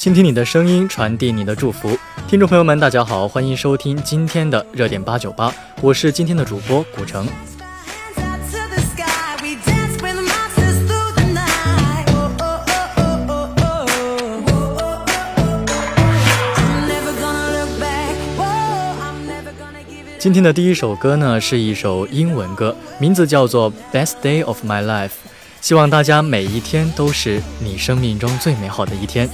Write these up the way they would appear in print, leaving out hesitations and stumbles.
倾听你的声音，传递你的祝福。听众朋友们，大家好，欢迎收听今天的热点898，我是今天的主播古城。今天的第一首歌呢，是一首英文歌，名字叫做 Best Day of My Life， 希望大家每一天都是你生命中最美好的一天。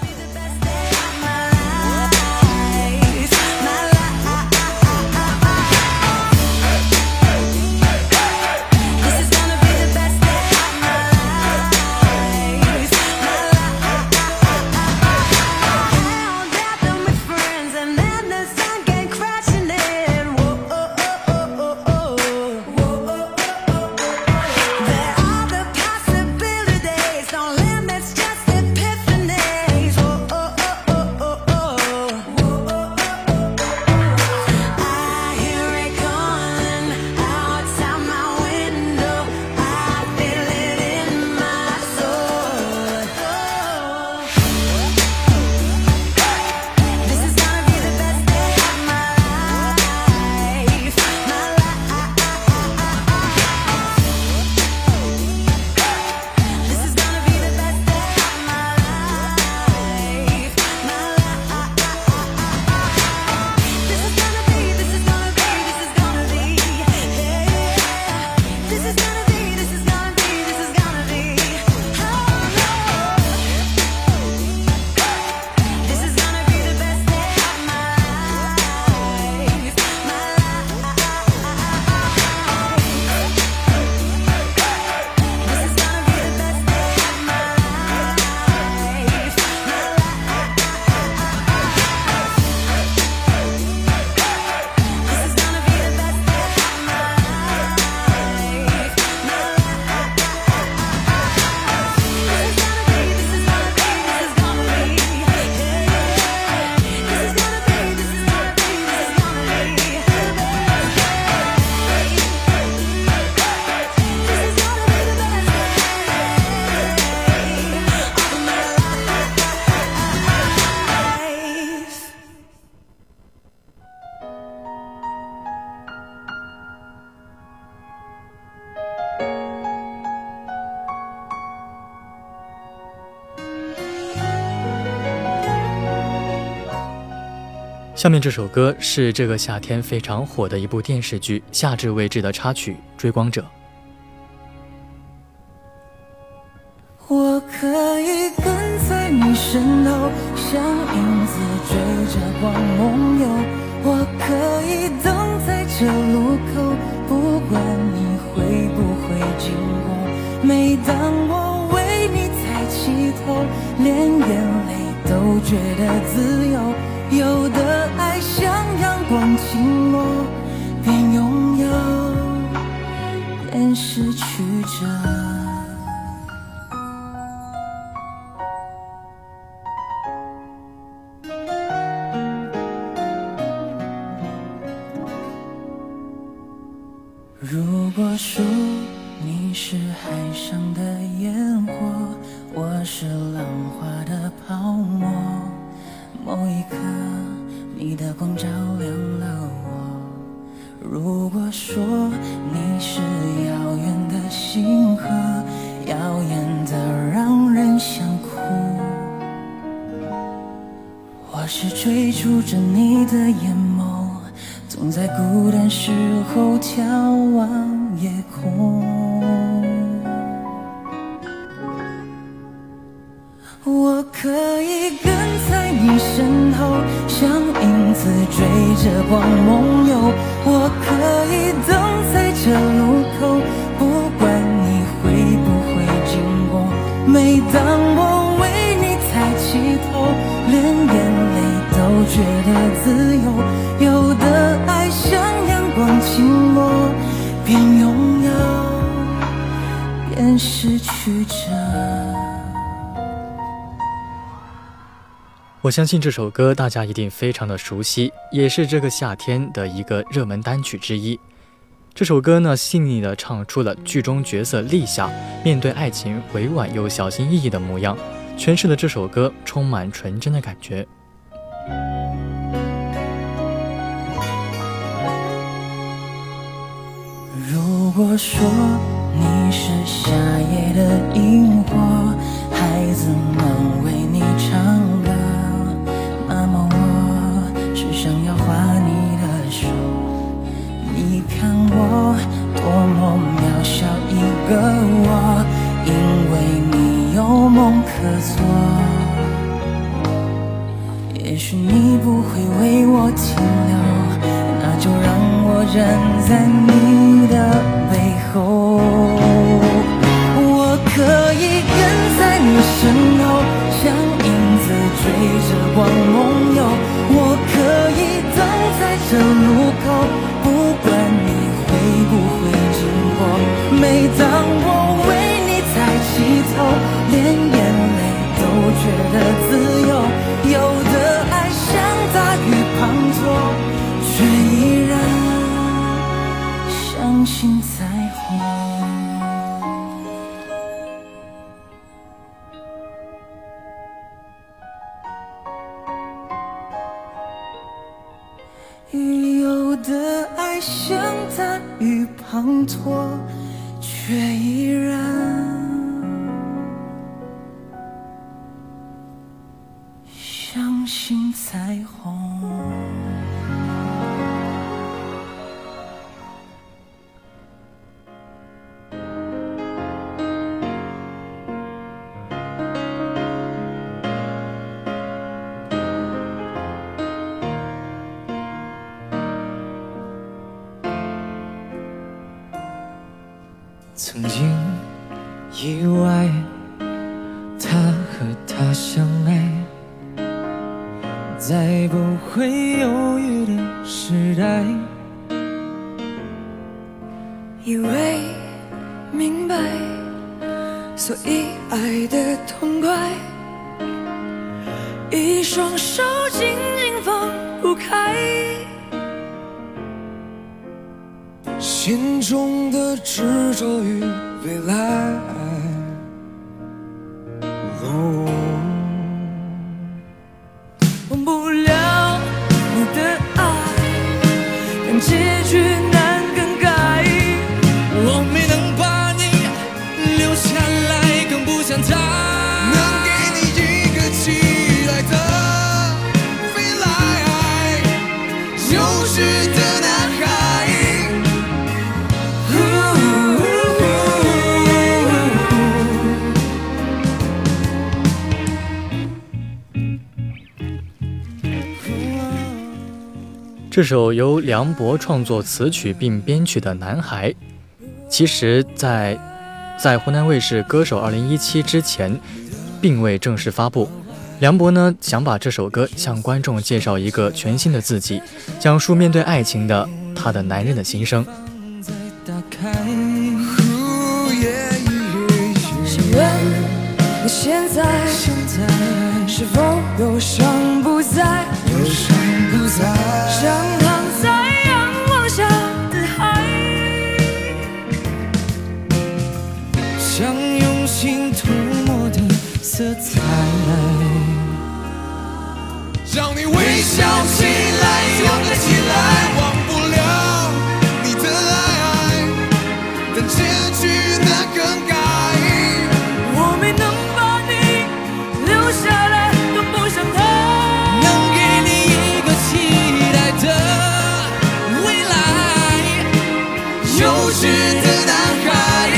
下面这首歌是这个夏天非常火的一部电视剧《夏至未至》的插曲《追光者》。 我可以跟在你身后，像影子追着光梦游。我可以等在这路口，不管你会不会经过。每当我为你抬起头，连眼泪都觉得自由。有的爱像阳光倾落，边拥有边失去着。如果说你是海上的烟火，我是浪花的泡沫，某一刻你的光照亮了我。如果说你是遥远的星河，耀眼的让人想哭，我是追逐着你的眼眸，总在孤单时候眺望夜空。我可以跟在你身后，像影子追着光梦游。我可以等在这路口，不管你会不会经过。每当我为你抬起头，连眼泪都觉得自由。有的爱像阳光倾落，边拥有边失去着。 我相信这首歌大家一定非常的熟悉，也是这个夏天的一个热门单曲之一。这首歌呢，细腻地唱出了剧中角色立夏面对爱情委婉又小心翼翼的模样， 诠释的这首歌充满纯真的感觉。 如果说你是夏夜的萤火，孩子们为你唱歌，那么我只想要画你的手。你看我多么渺小一个我，因为你有梦可做。也许你不会为我停留，那就让我站在你的背后。我可以跟在你身后，像影子追着光梦游。我可以等在这路口，不管你会不会经过。每当我为你抬起头，连眼泪都觉得自由。有的爱像大雨滂沱，却依然相信彩虹。有的爱像大雨滂沱，却依然相信彩虹。 曾经以为他和她相爱，在不会犹豫的时代， 以为明白，所以爱得痛快，一双手紧紧放不开， 心中的执着与未来。 忘不了你的爱，但结局难更改。 我没能把你留下来，更不像他能给你一个期待的未来。幼稚的男孩， 这首由梁博创作词曲并编曲的《男孩》，其实在湖南卫视歌手2017之前并未正式发布。梁博呢，想把这首歌向观众介绍一个全新的自己，讲述面对爱情的他的男人的心声。 请问你现在是否忧伤不再？像躺在阳光下的海， 像用心涂抹的色彩，让你微笑起来，勇敢起来，忘不了你的爱，但结局难更改。 我没能把你留下来，都不想他能给你一个期待的未来。幼稚的男孩，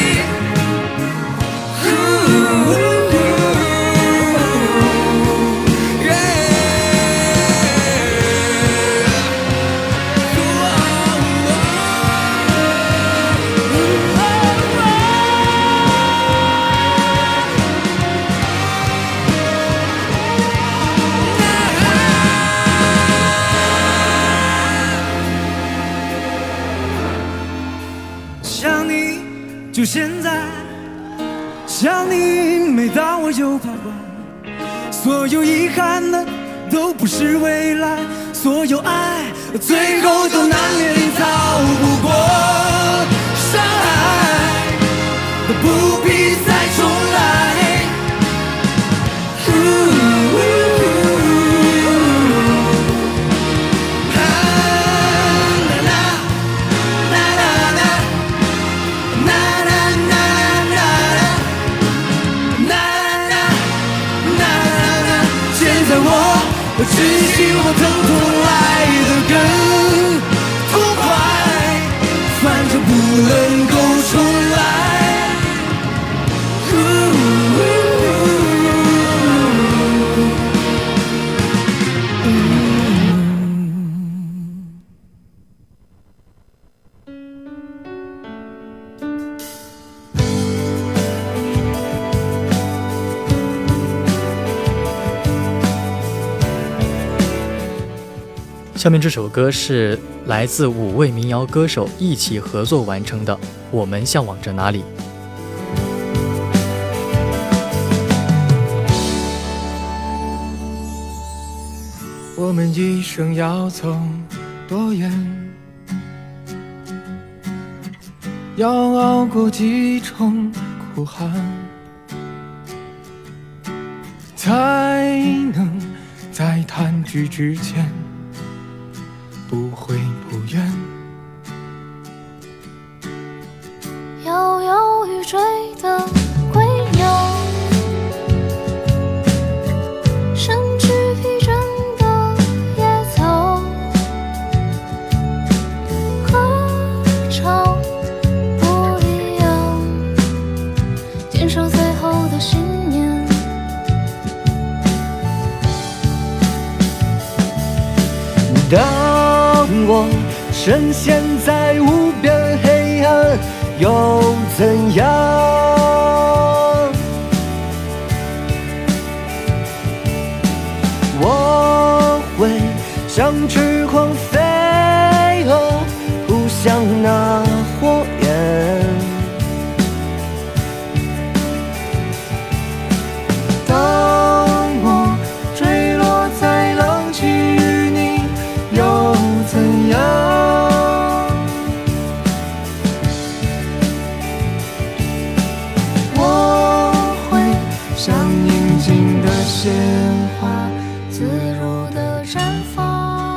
想你就现在，想你每当我有彷徨，所有遗憾的都不是未来，所有爱最后都难免逃不过伤害，都不必再重来。 希望疼痛来得更痛快，反正不能够重来。 下面这首歌是来自5位民谣歌手一起合作完成的《我们向往着哪里》。 我们一生要走多远？要熬过几重苦寒，才能在团聚之前不悔不怨。 摇摇欲坠的归鸟，身躯披针的野草，歌唱不一样，坚守最后的信念。 当我深陷在无边黑暗，又怎样？我会像翅狂飞蛾，扑向那火焰。当我坠落在浪迹与你，又怎样？我会像宁静的鲜花， 自如的绽放。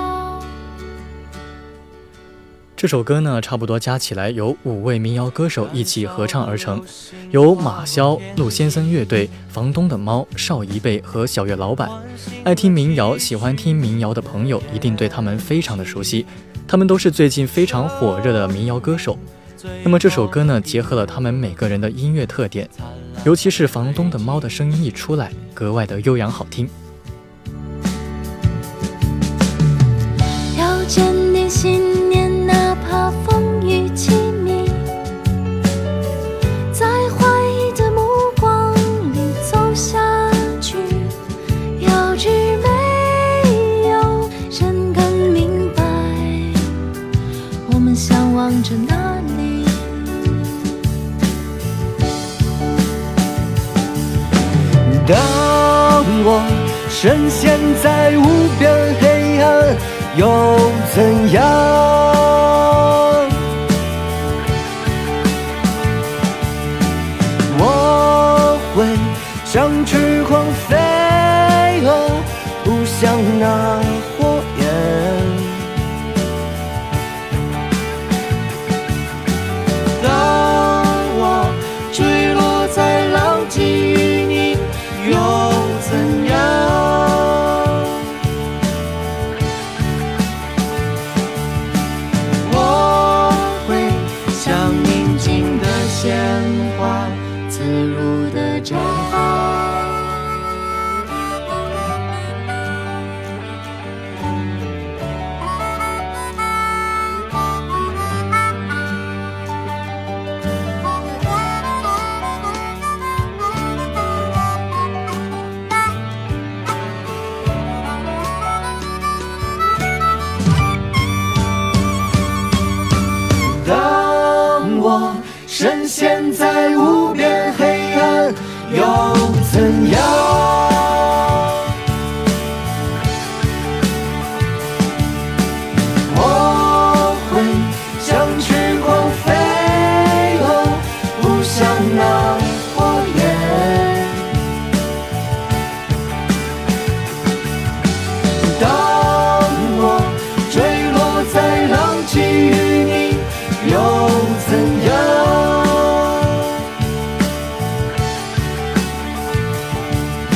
这首歌呢，差不多加起来由5位民谣歌手一起合唱而成，由马骁、陆先生乐队、房东的猫、邵一贝和小月老板。爱听民谣、喜欢听民谣的朋友一定对他们非常的熟悉，他们都是最近非常火热的民谣歌手。那么这首歌呢，结合了他们每个人的音乐特点，尤其是房东的猫的声音一出来，格外的悠扬好听。 要坚定信念，哪怕风雨凄迷，在怀疑的目光里走下去，要知没有人更明白我们向往着哪里。 当我深陷在无边黑暗，又怎样？我会像翅狂飞蛾，扑向那火焰。当我坠落在浪迹与你，又怎样？我会像宁静的鲜花，自如的绽放。当我深陷在无边黑暗，又怎样？我会像翅狂飞蛾，扑向那火焰。当我坠落在浪迹与你，又怎样？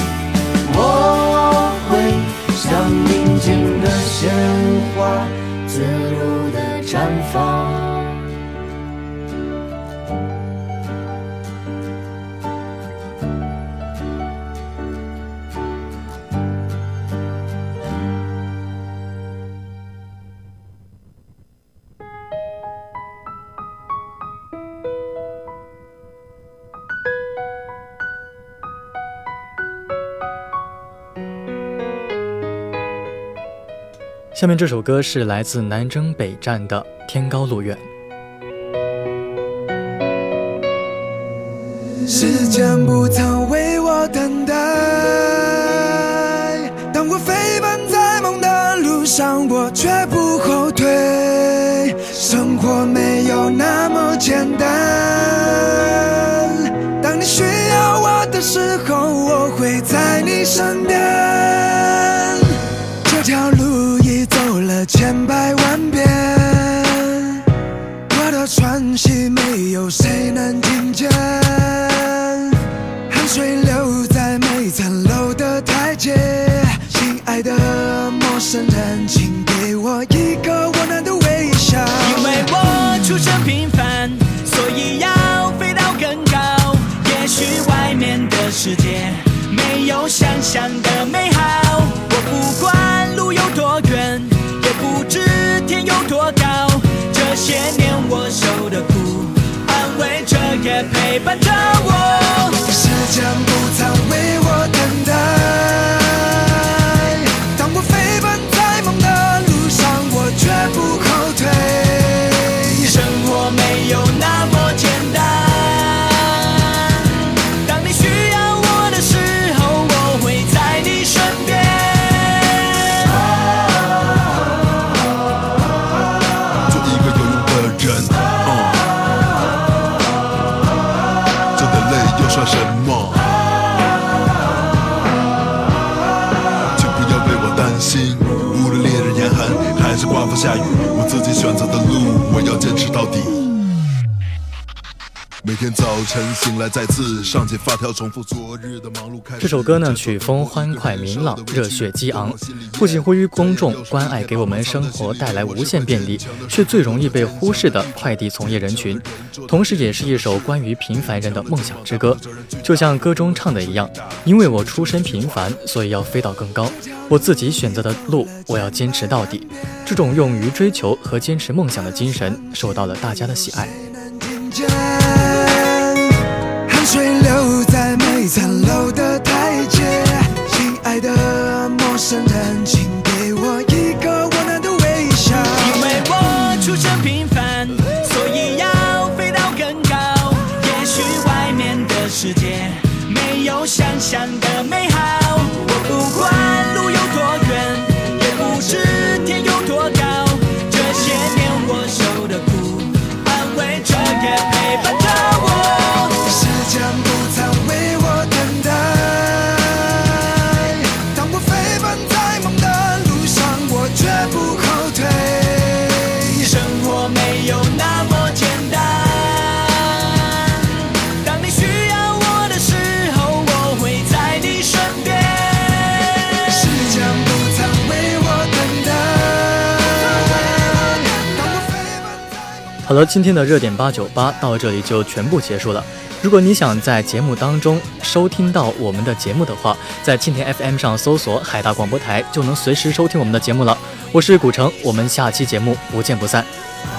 下面这首歌是来自南征北战的《天高路远》。 时间不曾为我等待，当我飞奔在梦的路上，我绝不后退。生活没有那么简单，当你需要我的时候，我会在你身边。这条路已走了千百万遍，我的喘息没有谁能听见，汗水流在每层楼的台阶。亲爱的陌生人，请给我一个温暖的微笑。 因为我出身平凡，所以要飞到更高。也许外面的世界没有想象的美好，我不管路有多远，也不知天有多高。这些年我受的苦，安慰着也陪伴着我。 时间不曾为我等待，当我飞奔在梦的路上，我绝不后退。 生活没有那么简单，当你需要我的时候，我会在你身边。 做一个有用的人，真的累又算什么？请不要为我担心，无论烈日严寒还是刮风下雨，我自己选择的路，我要坚持到底。每天早晨醒来，再次上起发条，重复昨日的忙碌。 这首歌呢，曲风欢快明朗，热血激昂，不仅呼吁公众关爱给我们生活带来无限便利，却最容易被忽视的快递从业人群，同时也是一首关于平凡人的梦想之歌。就像歌中唱的一样，因为我出身平凡，所以要飞到更高。我自己选择的路，我要坚持到底。这种勇于追求和坚持梦想的精神，受到了大家的喜爱。 汗水流在每层楼的台阶，亲爱的陌生人，请给我一个温暖的微笑。 因为我出身平凡，所以要飞到更高。也许外面的世界没有想象的美好，我不管路有多远，也不知天有多高。这些年我受的苦，安慰着也陪伴着我。 时间不曾为我等待，当我飞奔在梦的路上，我绝不后退。 生活没有那么简单，当你需要我的时候，我会在你身边。 时间不曾为我等待，当我飞奔在梦。 好了，今天的热点898到这里就全部结束了。如果你想在节目当中收听到我们的节目的话，在蜻蜓 FM 上搜索海大广播台就能随时收听我们的节目了。我是古城，我们下期节目不见不散。